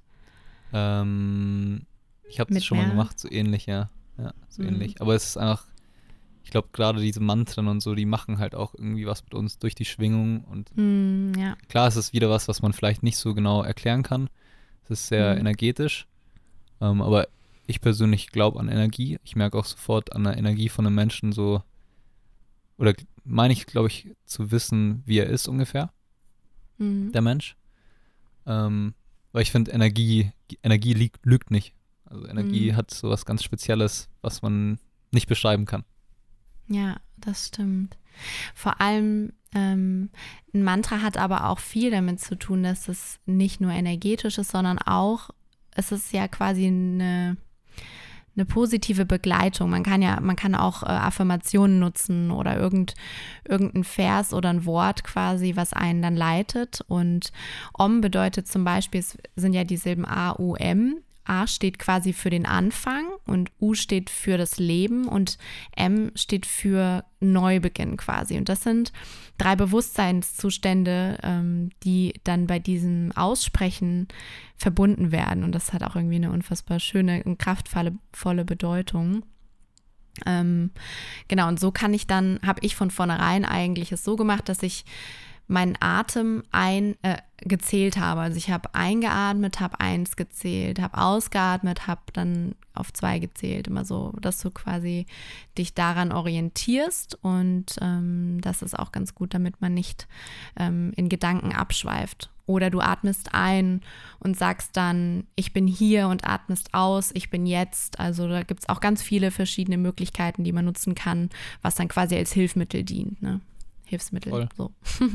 Ähm, ich habe das schon mehr? mal gemacht, so ähnlich, ja, ja so mhm. ähnlich, aber es ist einfach, ich glaube, gerade diese Mantren und so, die machen halt auch irgendwie was mit uns durch die Schwingung. Und mm, ja. klar, es ist wieder was, was man vielleicht nicht so genau erklären kann. Es ist sehr mm. energetisch. Ähm, aber ich persönlich glaube an Energie. Ich merke auch sofort an der Energie von einem Menschen so, oder meine ich, glaube ich, zu wissen, wie er ist ungefähr, mm. der Mensch. Ähm, weil ich finde, Energie, Energie liegt, lügt nicht. Also Energie mm. hat so was ganz Spezielles, was man nicht beschreiben kann. Ja, das stimmt. Vor allem ähm, ein Mantra hat aber auch viel damit zu tun, dass es nicht nur energetisch ist, sondern auch, es ist ja quasi eine, eine positive Begleitung. Man kann ja, man kann auch äh, Affirmationen nutzen oder irgend, irgendein Vers oder ein Wort quasi, was einen dann leitet. Und Om bedeutet zum Beispiel, es sind ja die Silben A, U, M. A steht quasi für den Anfang und U steht für das Leben und M steht für Neubeginn quasi. Und das sind drei Bewusstseinszustände, ähm, die dann bei diesem Aussprechen verbunden werden. Und das hat auch irgendwie eine unfassbar schöne und kraftvolle volle Bedeutung. Ähm, genau, und so kann ich dann, habe ich von vornherein eigentlich es so gemacht, dass ich meinen Atem ein, äh, gezählt habe. Also ich habe eingeatmet, habe eins gezählt, habe ausgeatmet, habe dann auf zwei gezählt. Immer so, dass du quasi dich daran orientierst und ähm, das ist auch ganz gut, damit man nicht ähm, in Gedanken abschweift. Oder du atmest ein und sagst dann, ich bin hier und atmest aus, ich bin jetzt. Also da gibt es auch ganz viele verschiedene Möglichkeiten, die man nutzen kann, was dann quasi als Hilfsmittel dient, ne? Hilfsmittel. Voll. So.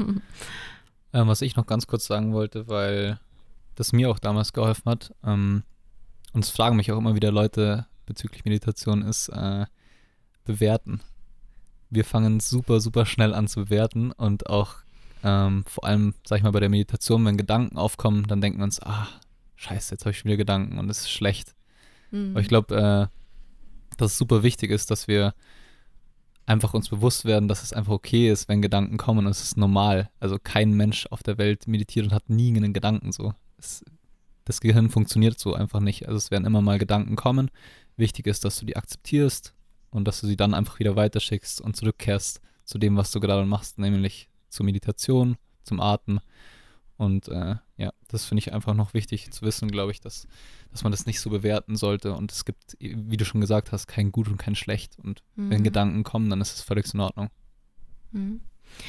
Ähm, was ich noch ganz kurz sagen wollte, weil das mir auch damals geholfen hat, ähm, und es fragen mich auch immer wieder Leute bezüglich Meditation, ist äh, bewerten. Wir fangen super, super schnell an zu bewerten und auch ähm, vor allem, sag ich mal, bei der Meditation, wenn Gedanken aufkommen, dann denken wir uns, ah, scheiße, jetzt habe ich schon wieder Gedanken und es ist schlecht. Mhm. Aber ich glaube, äh, dass es super wichtig ist, dass wir einfach uns bewusst werden, dass es einfach okay ist, wenn Gedanken kommen und es ist normal. Also kein Mensch auf der Welt meditiert und hat nie einen Gedanken so. Es, das Gehirn funktioniert so einfach nicht. Also es werden immer mal Gedanken kommen. Wichtig ist, dass du die akzeptierst und dass du sie dann einfach wieder weiterschickst und zurückkehrst zu dem, was du gerade machst, nämlich zur Meditation, zum Atmen. Und äh, ja, das finde ich einfach noch wichtig zu wissen, glaube ich, dass, dass man das nicht so bewerten sollte. Und es gibt, wie du schon gesagt hast, kein Gut und kein Schlecht. Und mhm. wenn Gedanken kommen, dann ist es völlig in Ordnung. Mhm.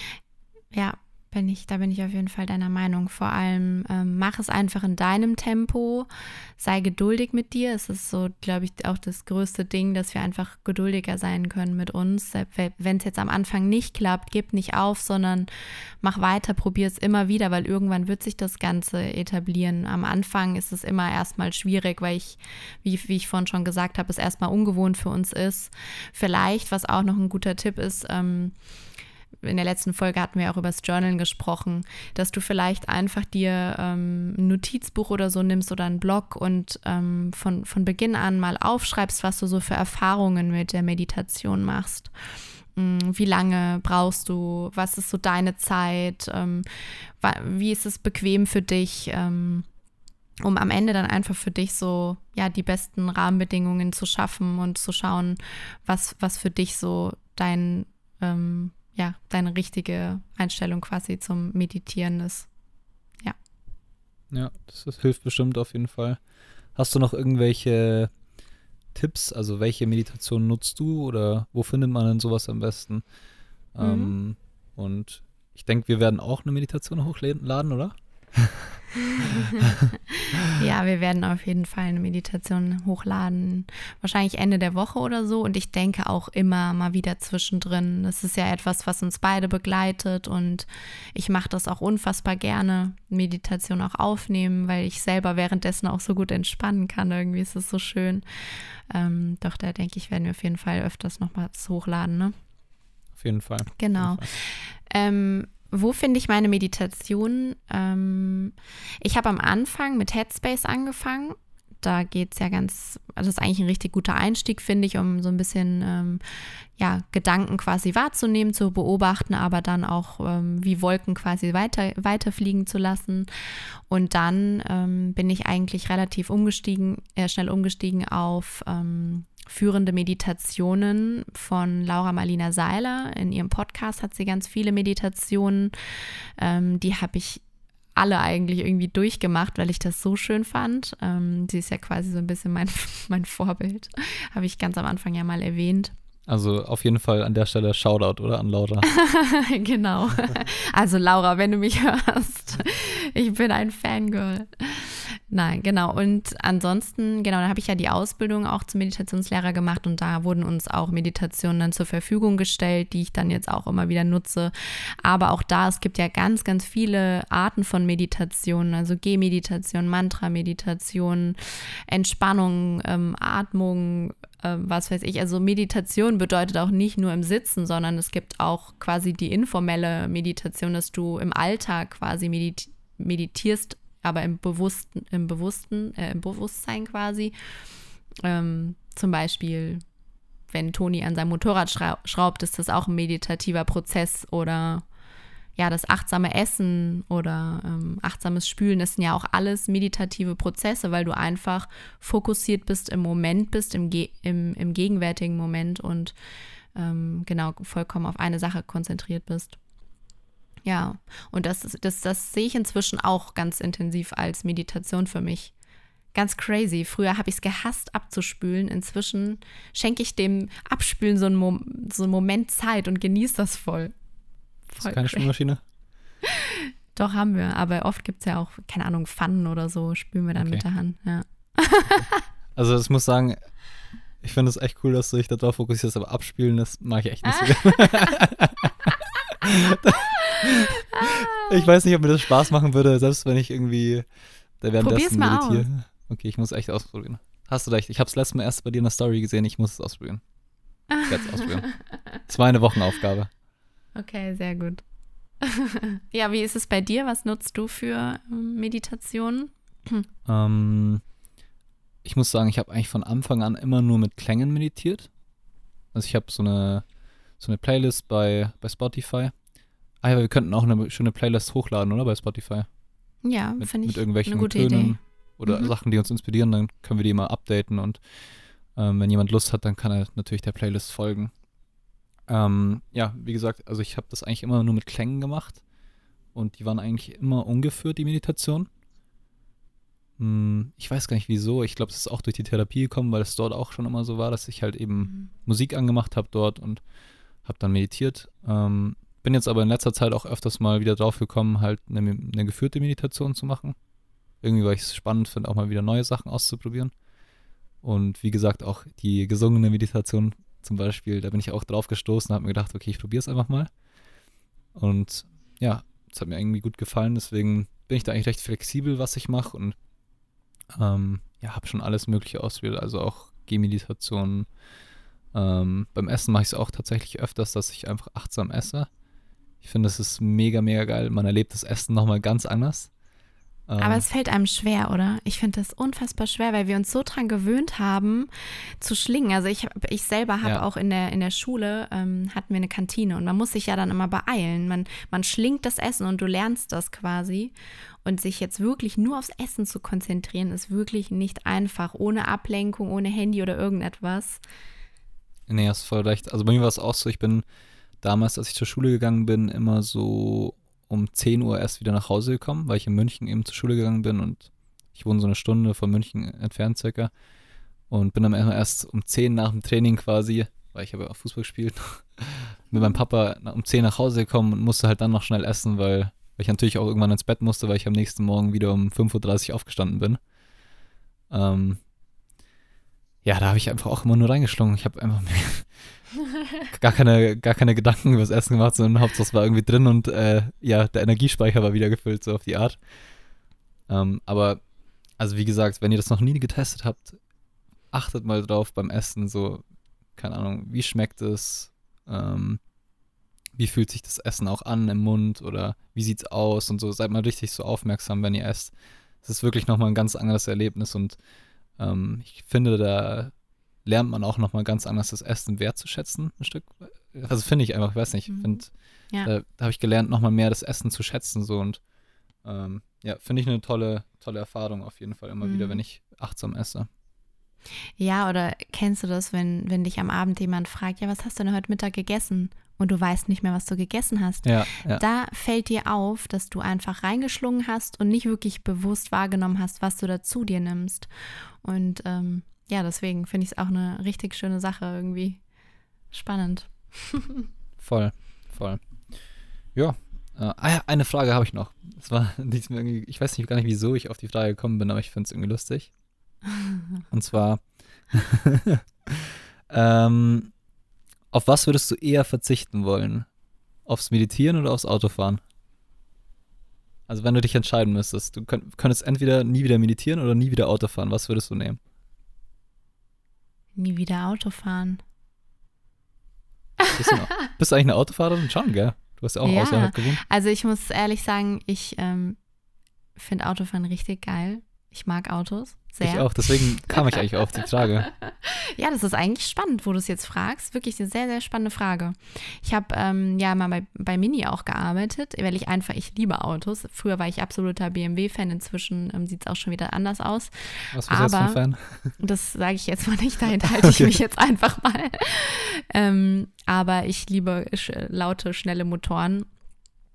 Ja, bin ich, da bin ich auf jeden Fall deiner Meinung. Vor allem ähm, mach es einfach in deinem Tempo, sei geduldig mit dir. Es ist so, glaube ich, auch das größte Ding, dass wir einfach geduldiger sein können mit uns. Wenn es jetzt am Anfang nicht klappt, gib nicht auf, sondern mach weiter, probier es immer wieder, weil irgendwann wird sich das Ganze etablieren. Am Anfang ist es immer erstmal schwierig, weil ich, wie, wie ich vorhin schon gesagt habe, es erstmal ungewohnt für uns ist. Vielleicht, was auch noch ein guter Tipp ist, ähm, in der letzten Folge hatten wir auch über das Journalen gesprochen, dass du vielleicht einfach dir ähm, ein Notizbuch oder so nimmst oder einen Blog und ähm, von, von Beginn an mal aufschreibst, was du so für Erfahrungen mit der Meditation machst. Wie lange brauchst du? Was ist so deine Zeit? Ähm, wie ist es bequem für dich? Ähm, um am Ende dann einfach für dich so, ja, die besten Rahmenbedingungen zu schaffen und zu schauen, was, was für dich so dein ähm, ja, deine richtige Einstellung quasi zum Meditieren ist. Ja. Ja, das, das hilft bestimmt auf jeden Fall. Hast du noch irgendwelche Tipps, also welche Meditation nutzt du oder wo findet man denn sowas am besten? Mhm. Ähm, und ich denke, wir werden auch eine Meditation hochladen, oder? Ja, wir werden auf jeden Fall eine Meditation hochladen, wahrscheinlich Ende der Woche oder so und ich denke auch immer mal wieder zwischendrin. Das ist ja etwas, was uns beide begleitet und ich mache das auch unfassbar gerne, Meditation auch aufnehmen, weil ich selber währenddessen auch so gut entspannen kann. Irgendwie ist es so schön. Ähm, doch, da denke ich, werden wir auf jeden Fall öfters noch mal hochladen, ne? Auf jeden Fall. Genau. Jeden Fall. Ähm, Wo finde ich meine Meditation? Ähm, ich habe am Anfang mit Headspace angefangen. Da geht es ja ganz, also das ist eigentlich ein richtig guter Einstieg, finde ich, um so ein bisschen ähm, ja, Gedanken quasi wahrzunehmen, zu beobachten, aber dann auch ähm, wie Wolken quasi weiter, weiterfliegen zu lassen. Und dann ähm, bin ich eigentlich relativ umgestiegen, äh, schnell umgestiegen auf ähm, führende Meditationen von Laura Marlina Seiler. In ihrem Podcast hat sie ganz viele Meditationen. Ähm, die habe ich alle eigentlich irgendwie durchgemacht, weil ich das so schön fand. Ähm, sie ist ja quasi so ein bisschen mein, mein Vorbild. Habe ich ganz am Anfang ja mal erwähnt. Also auf jeden Fall an der Stelle Shoutout, oder? An Laura. Genau. Also Laura, wenn du mich hörst, ich bin ein Fangirl. Nein, genau. Und ansonsten, genau, da habe ich ja die Ausbildung auch zum Meditationslehrer gemacht und da wurden uns auch Meditationen dann zur Verfügung gestellt, die ich dann jetzt auch immer wieder nutze. Aber auch da, es gibt ja ganz, ganz viele Arten von Meditationen, also Gehmeditation, Mantra-Meditation, Entspannung, ähm, Atmung, äh, was weiß ich. Also Meditation bedeutet auch nicht nur im Sitzen, sondern es gibt auch quasi die informelle Meditation, dass du im Alltag quasi medit- meditierst, aber im Bewussten, im Bewussten, äh, im Bewusstsein quasi. Ähm, zum Beispiel, wenn Toni an seinem Motorrad schra- schraubt, ist das auch ein meditativer Prozess oder ja, das achtsame Essen oder ähm, achtsames Spülen, das sind ja auch alles meditative Prozesse, weil du einfach fokussiert bist, im Moment bist, im, Ge- im, im gegenwärtigen Moment und ähm, genau vollkommen auf eine Sache konzentriert bist. Ja, und das, ist- das, das sehe ich inzwischen auch ganz intensiv als Meditation für mich. Ganz crazy. Früher habe ich es gehasst, abzuspülen. Inzwischen schenke ich dem Abspülen so einen, Mom so einen Moment Zeit und genieße das voll. Hast du keine Spülmaschine? Doch, haben wir. Aber oft gibt es ja auch, keine Ahnung, Pfannen oder so, spülen wir dann Okay. mit der Hand. Ja. Also ich muss sagen, ich finde es echt cool, dass du dich darauf fokussierst, aber abspielen, das mag ich echt nicht so gerne. Ich weiß nicht, ob mir das Spaß machen würde, selbst wenn ich irgendwie da Probier's währenddessen mal meditiere. Okay, ich muss echt ausprobieren. Hast du recht, ich habe es letztes Mal erst bei dir in der Story gesehen, ich muss es ausprobieren. Ich werde es ausprobieren. Das war eine Wochenaufgabe. Okay, sehr gut. Ja, wie ist es bei dir? Was nutzt du für ähm, Meditationen? Ähm, ich muss sagen, ich habe eigentlich von Anfang an immer nur mit Klängen meditiert. Also ich habe so eine, so eine Playlist bei, bei Spotify. Ah ja, wir könnten auch eine schöne Playlist hochladen, oder? Bei Spotify. Ja, Mit, finde mit ich irgendwelchen eine gute Tönen Idee. oder Mhm. Sachen, die uns inspirieren, dann können wir die mal updaten und ähm, wenn jemand Lust hat, dann kann er natürlich der Playlist folgen. Ähm, ja, wie gesagt, also ich habe das eigentlich immer nur mit Klängen gemacht und die waren eigentlich immer ungeführt, die Meditation. Hm, ich weiß gar nicht wieso, ich glaube, das ist auch durch die Therapie gekommen, weil es dort auch schon immer so war, dass ich halt eben Mhm. Musik angemacht habe dort und habe dann meditiert. Ähm, bin jetzt aber in letzter Zeit auch öfters mal wieder drauf gekommen, halt eine, eine geführte Meditation zu machen. Irgendwie, weil ich es spannend finde, auch mal wieder neue Sachen auszuprobieren. Und wie gesagt, auch die gesungene Meditation zum Beispiel, da bin ich auch drauf gestoßen und habe mir gedacht, okay, ich probiere es einfach mal. Und ja, es hat mir irgendwie gut gefallen, deswegen bin ich da eigentlich recht flexibel, was ich mache und ähm, ja, habe schon alles Mögliche ausprobiert, also auch Gehmeditationen. Ähm, beim Essen mache ich es auch tatsächlich öfters, dass ich einfach achtsam esse. Ich finde, das ist mega, mega geil. Man erlebt das Essen nochmal ganz anders. Aber Ähm, es fällt einem schwer, oder? Ich finde das unfassbar schwer, weil wir uns so dran gewöhnt haben, zu schlingen. Also ich, hab- ich selber habe Ja. auch in der, in der Schule, ähm, hatten wir eine Kantine und man muss sich ja dann immer beeilen. Man, man schlingt das Essen und du lernst das quasi. Und sich jetzt wirklich nur aufs Essen zu konzentrieren, ist wirklich nicht einfach. Ohne Ablenkung, ohne Handy oder irgendetwas. Nee, hast voll recht. Also bei mir war es auch so, ich bin damals, als ich zur Schule gegangen bin, immer so um zehn Uhr erst wieder nach Hause gekommen, weil ich in München eben zur Schule gegangen bin und ich wohne so eine Stunde von München entfernt circa und bin dann immer erst um zehn nach dem Training quasi, weil ich habe ja auch Fußball gespielt, mit meinem Papa na- um zehn nach Hause gekommen und musste halt dann noch schnell essen, weil, weil ich natürlich auch irgendwann ins Bett musste, weil ich am nächsten Morgen wieder um fünf Uhr dreißig aufgestanden bin. Ähm, ja, da habe ich einfach auch immer nur reingeschlungen. Ich habe einfach gar keine, gar keine Gedanken über das Essen gemacht, sondern Hauptsache es war irgendwie drin und äh, ja, der Energiespeicher war wieder gefüllt, so auf die Art. Ähm, aber, also wie gesagt, wenn ihr das noch nie getestet habt, achtet mal drauf beim Essen, so, keine Ahnung, wie schmeckt es, ähm, wie fühlt sich das Essen auch an im Mund oder wie sieht's aus und so, seid mal richtig so aufmerksam, wenn ihr esst. Es ist wirklich nochmal ein ganz anderes Erlebnis und ähm, ich finde, da lernt man auch nochmal ganz anders das Essen wertzuschätzen, ein Stück. Also finde ich einfach, ich weiß nicht, Mhm. finde, Ja. da, da habe ich gelernt, nochmal mehr das Essen zu schätzen so und ähm, ja, finde ich eine tolle, tolle Erfahrung auf jeden Fall immer Mhm. wieder, wenn ich achtsam esse. Ja, oder kennst du das, wenn, wenn dich am Abend jemand fragt, ja, was hast du denn heute Mittag gegessen? Und du weißt nicht mehr, was du gegessen hast. Ja, ja. Da fällt dir auf, dass du einfach reingeschlungen hast und nicht wirklich bewusst wahrgenommen hast, was du da zu dir nimmst. Und ähm, ja, deswegen finde ich es auch eine richtig schöne Sache irgendwie. Spannend. Voll, voll. Ja. Äh, ah ja, eine Frage habe ich noch. Das war, die ist mir irgendwie, ich weiß nicht gar nicht, wieso ich auf die Frage gekommen bin, aber ich finde es irgendwie lustig. Und zwar, ähm, auf was würdest du eher verzichten wollen? Aufs Meditieren oder aufs Autofahren? Also wenn du dich entscheiden müsstest, du könnt, könntest entweder nie wieder meditieren oder nie wieder Auto fahren. Was würdest du nehmen? Nie wieder Auto fahren. Bist du, noch, bist du eigentlich eine Autofahrerin? Schon, gell? Du hast ja auch Ja. außerhalb gewohnt. Also ich muss ehrlich sagen, ich ähm, finde Autofahren richtig geil. Ich mag Autos sehr. Ich auch, deswegen kam ich eigentlich auf die Frage. Ja, das ist eigentlich spannend, wo du es jetzt fragst. Wirklich eine sehr, sehr spannende Frage. Ich habe ähm, ja mal bei, bei Mini auch gearbeitet, weil ich einfach, ich liebe Autos. Früher war ich absoluter B M W-Fan, inzwischen ähm, sieht es auch schon wieder anders aus. Was bist du jetzt für ein Aber- Fan? Das sage ich jetzt mal nicht, dahinter halte ich Okay. mich jetzt einfach mal. Ähm, aber ich liebe sch laute, schnelle Motoren.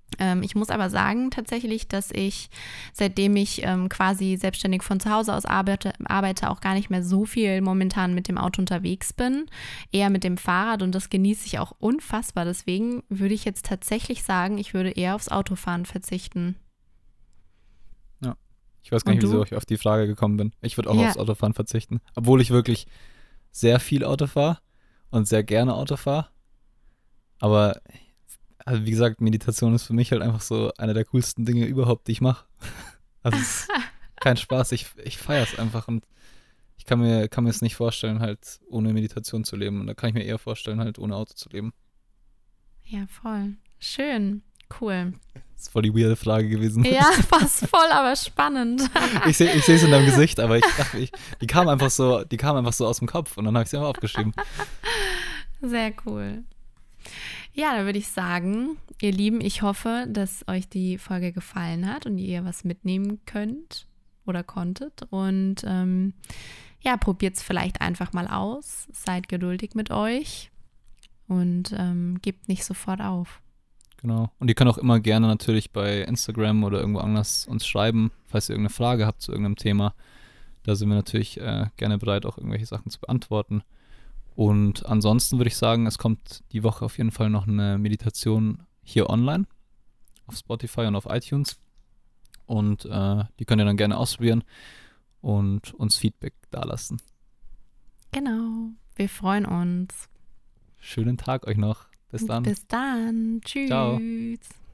Ähm, ich muss aber sagen tatsächlich, dass ich, seitdem ich ähm, quasi selbstständig von zu Hause aus arbeite, arbeite, auch gar nicht mehr so viel momentan mit dem Auto unterwegs bin, eher mit dem Fahrrad und das genieße ich auch unfassbar. Deswegen würde ich jetzt tatsächlich sagen, ich würde eher aufs Autofahren verzichten. Ja, ich weiß gar nicht, wieso ich auf die Frage gekommen bin. Ich würde auch ja. aufs Autofahren verzichten, obwohl ich wirklich sehr viel Auto fahre und sehr gerne Auto fahre, aber also wie gesagt, Meditation ist für mich halt einfach so eine der coolsten Dinge überhaupt, die ich mache. Also es ist kein Spaß, ich, ich feiere es einfach und ich kann mir, kann mir es nicht vorstellen, halt ohne Meditation zu leben. Und da kann ich mir eher vorstellen, halt ohne Auto zu leben. Ja, voll. Schön. Cool. Das ist voll die weirde Frage gewesen. Ja, fast voll, aber spannend. Ich sehe ich sehe es in deinem Gesicht, aber ich dachte, ich, die kam einfach so, die kam einfach so aus dem Kopf und dann habe ich sie einfach aufgeschrieben. Sehr cool. Ja, dann würde ich sagen, ihr Lieben, ich hoffe, dass euch die Folge gefallen hat und ihr was mitnehmen könnt oder konntet. Und ähm, ja, probiert es vielleicht einfach mal aus. Seid geduldig mit euch und ähm, gebt nicht sofort auf. Genau. Und ihr könnt auch immer gerne natürlich bei Instagram oder irgendwo anders uns schreiben, falls ihr irgendeine Frage habt zu irgendeinem Thema. Da sind wir natürlich äh, gerne bereit, auch irgendwelche Sachen zu beantworten. Und ansonsten würde ich sagen, es kommt die Woche auf jeden Fall noch eine Meditation hier online auf Spotify und auf iTunes. Und äh, die könnt ihr dann gerne ausprobieren und uns Feedback dalassen. Genau, wir freuen uns. Schönen Tag euch noch. Bis dann. Bis dann. Tschüss. Ciao.